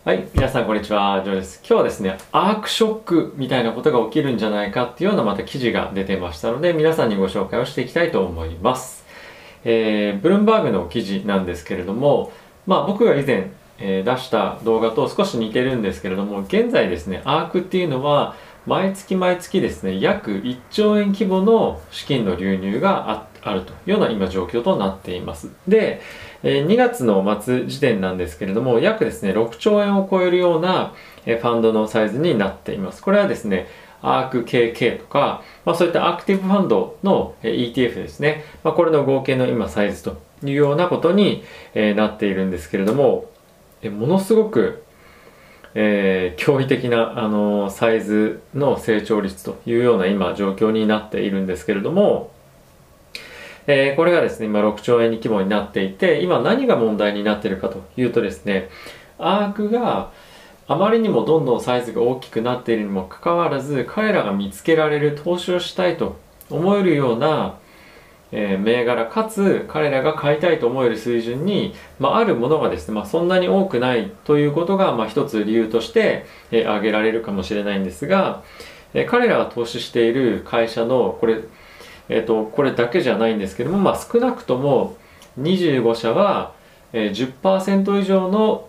はい、皆さんこんにちは、ジョーです。今日はですね、アークショックみたいなことが起きるんじゃないかっていうようなまた記事が出てましたので、皆さんにご紹介をしていきたいと思います。ブルームバーグの記事なんですけれども、僕が以前、出した動画と少し似てるんですけれども、現在ですね、アークっていうのは毎月毎月ですね、約1兆円規模の資金の流入があるというような今状況となっています。で、2月の末時点なんですけれども、約ですね、6兆円を超えるようなファンドのサイズになっています。これはですね、アーク KK とか、そういったアクティブファンドの ETF ですね。これの合計の今サイズというようなことになっているんですけれども、ものすごく驚異的なサイズの成長率というような今状況になっているんですけれども、これがですね、今6兆円に規模になっていて、今何が問題になっているかというとですね、アークがあまりにもどんどんサイズが大きくなっているにもかかわらず、彼らが見つけられる投資をしたいと思えるような、銘柄かつ彼らが買いたいと思える水準に、あるものがですね、そんなに多くないということが、一つ理由として、挙げられるかもしれないんですが、彼らが投資している会社のこれだけじゃないんですけども、少なくとも25社は、10%以上の、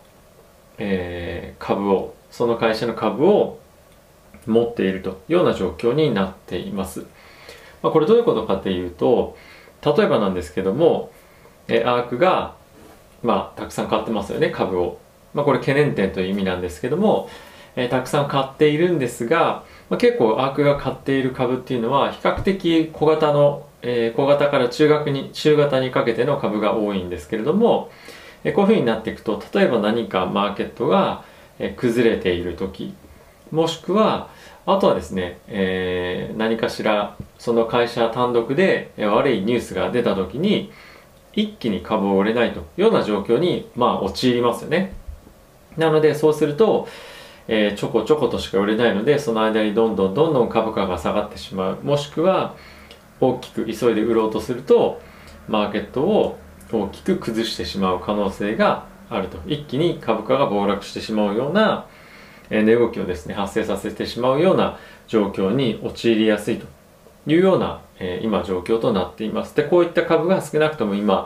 その会社の株を持っているというような状況になっています。これどういうことかというと、例えばなんですけども、アークが、たくさん買ってますよね、株を。これ懸念点という意味なんですけども、たくさん買っているんですが、結構アークが買っている株っていうのは比較的小型から中型にかけての株が多いんですけれども、こういうふうになっていくと、例えば何かマーケットが崩れている時、もしくはあとはですね、何かしらその会社単独で悪いニュースが出た時に一気に株を売れないというような状況に陥りますよね。なのでそうすると、ちょこちょことしか売れないので、その間にどんどん株価が下がってしまう、もしくは大きく急いで売ろうとするとマーケットを大きく崩してしまう可能性があると、一気に株価が暴落してしまうような値動きをですね発生させてしまうような状況に陥りやすいというような、今状況となっています。で、こういった株が少なくとも今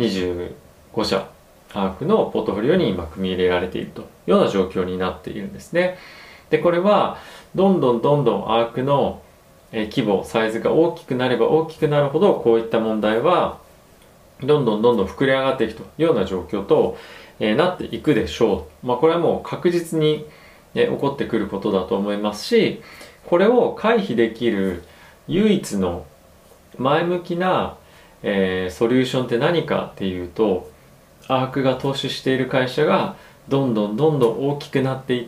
25社アークのポートフォリオに今組み入れられているというような状況になっているんですね。で、これはどんどんアークの規模サイズが大きくなれば大きくなるほど、こういった問題はどんどん膨れ上がっていくというような状況と、なっていくでしょう。これはもう確実に、起こってくることだと思いますし、これを回避できる唯一の前向きな、ソリューションって何かっていうと、アークが投資している会社がどんどん大きくなっていって、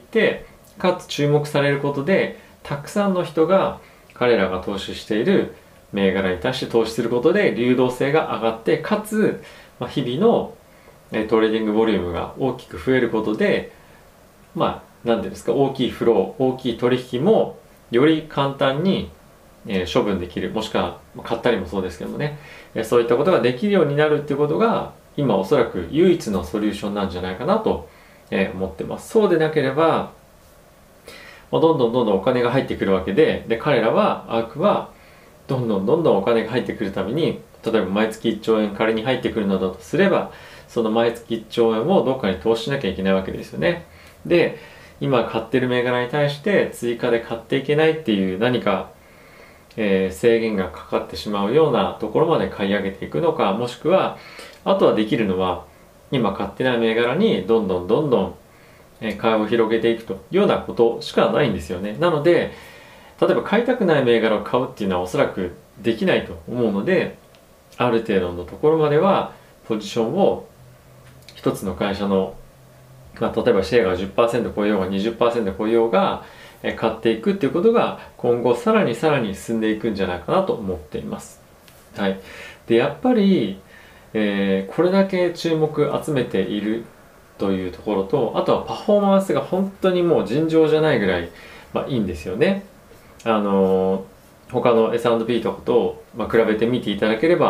かつ注目されることでたくさんの人が彼らが投資している銘柄に対して投資することで流動性が上がって、かつ、日々のトレーディングボリュームが大きく増えることで、何ていうんですか、大きいフロー、大きい取引もより簡単に処分できる、もしくは買ったりもそうですけどもね、そういったことができるようになるっていうことが今おそらく唯一のソリューションなんじゃないかなと思ってます。そうでなければ、どんどんお金が入ってくるわけで、彼らはアークはどんどんお金が入ってくるために、例えば毎月1兆円仮に入ってくるのだとすれば、その毎月1兆円をどっかに投資しなきゃいけないわけですよね。で、今買ってる銘柄に対して追加で買っていけないっていう何か、制限がかかってしまうようなところまで買い上げていくのか、もしくはあとはできるのは今買ってない銘柄にどんどん買いを広げていくというようなことしかないんですよね。なので例えば買いたくない銘柄を買うっていうのはおそらくできないと思うので、ある程度のところまではポジションを一つの会社の、例えばシェアが 10% 超えようが 20% 超えようが買っていくっていうことが今後さらに進んでいくんじゃないかなと思っています。はい。で、やっぱり、これだけ注目集めているというところと、あとはパフォーマンスが本当にもう尋常じゃないぐらい、いいんですよね。他の S&P とかと、比べてみていただければ、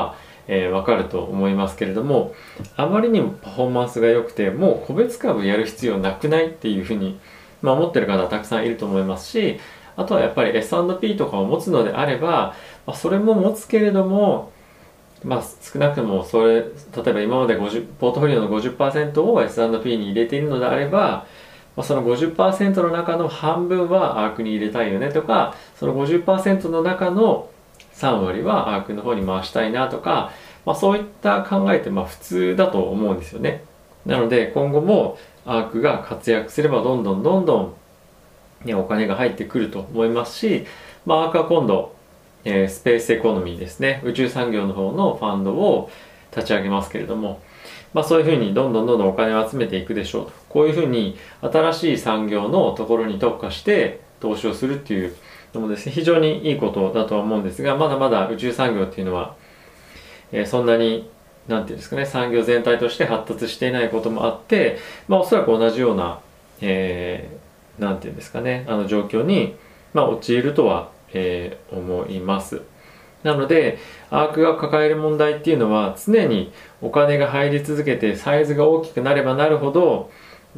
わかると思いますけれども、あまりにもパフォーマンスが良くてもう個別株やる必要なくないっていうふうに、思ってる方はたくさんいると思いますし、あとはやっぱり S&P とかを持つのであれば、それも持つけれども、少なくとも例えば今までポートフォリオの 50% を S&P に入れているのであれば、その 50% の中の半分はアークに入れたいよねとか、その 50% の中の3割はアークの方に回したいなとか、そういった考えって普通だと思うんですよね。なので今後もアークが活躍すればどんどんお金が入ってくると思いますし、アークは今度、スペースエコノミーですね、宇宙産業の方のファンドを立ち上げますけれども、そういうふうにどんどんお金を集めていくでしょうと。こういうふうに新しい産業のところに特化して投資をするっていうのもですね、非常にいいことだとは思うんですが、まだまだ宇宙産業っていうのは、そんなになんていうんですかね、産業全体として発達していないこともあって、おそらく同じような、なんていうんですかね、状況に、陥るとは、思います。なので、アークが抱える問題っていうのは、常にお金が入り続けてサイズが大きくなればなるほど、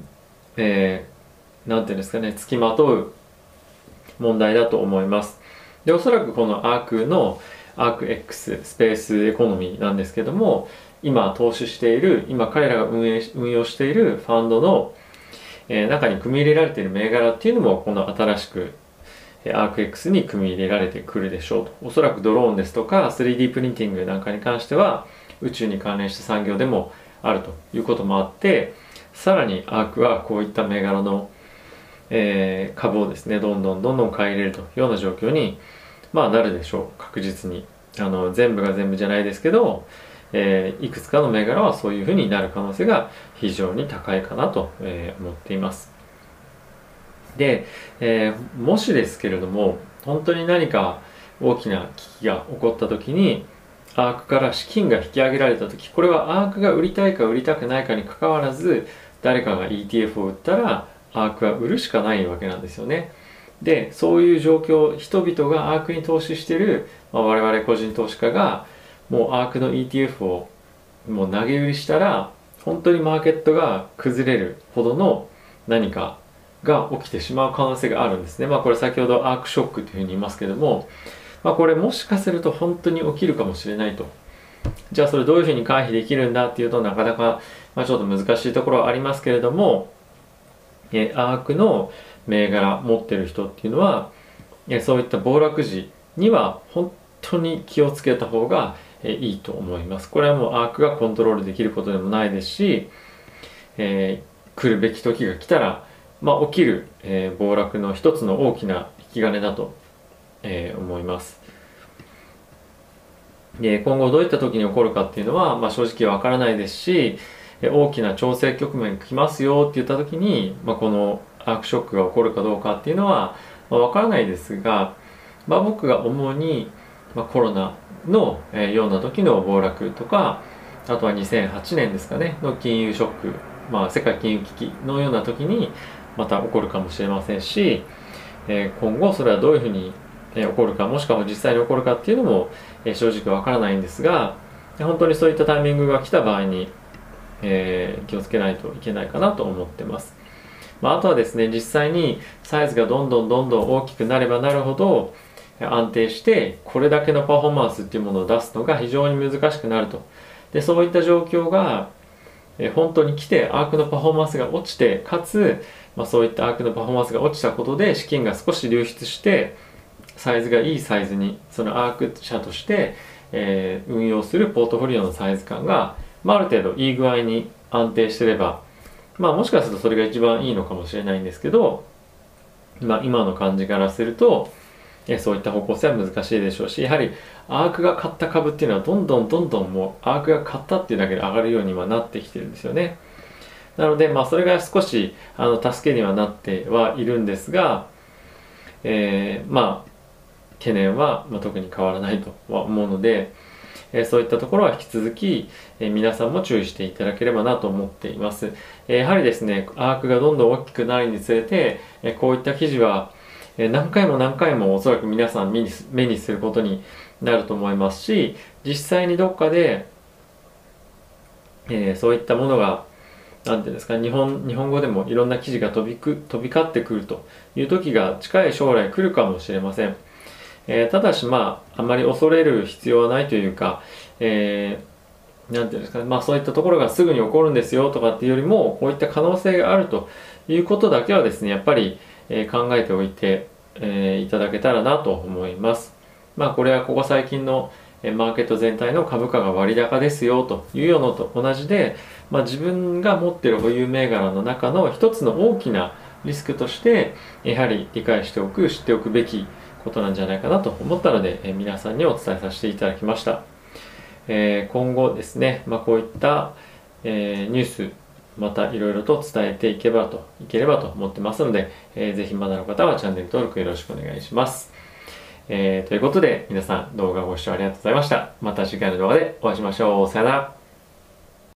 なんていうんですかね、付きまとう問題だと思います。で、おそらくこのアークのアーク X スペースエコノミーなんですけども、今彼らが運用しているファンドの、中に組み入れられている銘柄っていうのもこの新しくアーク X に組み入れられてくるでしょうと。おそらくドローンですとか 3D プリンティングなんかに関しては宇宙に関連した産業でもあるということもあって、さらにアークはこういった銘柄の、株をですねどんどん買い入れるというような状況に、なるでしょう。確実に全部が全部じゃないですけど、いくつかの銘柄はそういうふうになる可能性が非常に高いかなと、思っています。で、もしですけれども本当に何か大きな危機が起こった時にアークから資金が引き上げられた時、これはアークが売りたいか売りたくないかにかかわらず、誰かが ETF を売ったらアークは売るしかないわけなんですよね。で、そういう状況、人々がアークに投資している、我々個人投資家がもうアークの ETF をもう投げ売りしたら本当にマーケットが崩れるほどの何かが起きてしまう可能性があるんですね。これ先ほどアークショックというふうに言いますけども、これもしかすると本当に起きるかもしれないと。じゃあそれどういうふうに回避できるんだっていうとなかなか、ちょっと難しいところはありますけれども、アークの銘柄持ってる人っていうのは、そういった暴落時には本当に気をつけた方がいいと思います。これはもうアークがコントロールできることでもないですし、来るべき時が来たら、起きる、暴落の一つの大きな引き金だと、思います。今後どういった時に起こるかっていうのは、正直わからないですし、大きな調整局面来ますよって言った時に、このアークショックが起こるかどうかっていうのは、わからないですが、僕が思うに、コロナの、ような時の暴落とか、あとは2008年ですかねの金融ショック、世界金融危機のような時にまた起こるかもしれませんし、今後それはどういうふうに起こるか、もしくは実際に起こるかっていうのも正直わからないんですが、本当にそういったタイミングが来た場合に、気をつけないといけないかなと思ってます。あとはですね、実際にサイズがどんどん大きくなればなるほど安定してこれだけのパフォーマンスっていうものを出すのが非常に難しくなると。で、そういった状況が本当に来てアークのパフォーマンスが落ちて、かつ、そういったアークのパフォーマンスが落ちたことで資金が少し流出してサイズがいいサイズに、そのアーク社として、運用するポートフォリオのサイズ感が、ある程度いい具合に安定してれば、もしかするとそれが一番いいのかもしれないんですけど、今の感じからするとそういった方向性は難しいでしょうし、やはりアークが買った株っていうのはどんどんもうアークが買ったっていうだけで上がるようにはなってきてるんですよね。なのでそれが少し助けにはなってはいるんですが、懸念は特に変わらないとは思うので、そういったところは引き続き皆さんも注意していただければなと思っています。やはりですね、アークがどんどん大きくなるにつれてこういった記事は何回もおそらく皆さん目にすることになると思いますし、実際にどっかで、そういったものがなんていうんですか、日本語でもいろんな記事が飛び交ってくるという時が近い将来来るかもしれません。ただしあまり恐れる必要はないというか、なんていうんですかね、そういったところがすぐに起こるんですよとかっていうよりも、こういった可能性があるということだけはですね、やっぱり、考えておいて、いただけたらなと思います。これはここ最近のマーケット全体の株価が割高ですよというのと同じで、自分が持っている保有銘柄の中の一つの大きなリスクとしてやはり理解しておく、知っておくべきことなんじゃないかなと思ったので、皆さんにお伝えさせていただきました。今後ですね、こういった、ニュースまたいろいろと伝えていければと思ってますので、ぜひまだの方はチャンネル登録よろしくお願いします。ということで皆さん動画ご視聴ありがとうございました。また次回の動画でお会いしましょう。さよなら。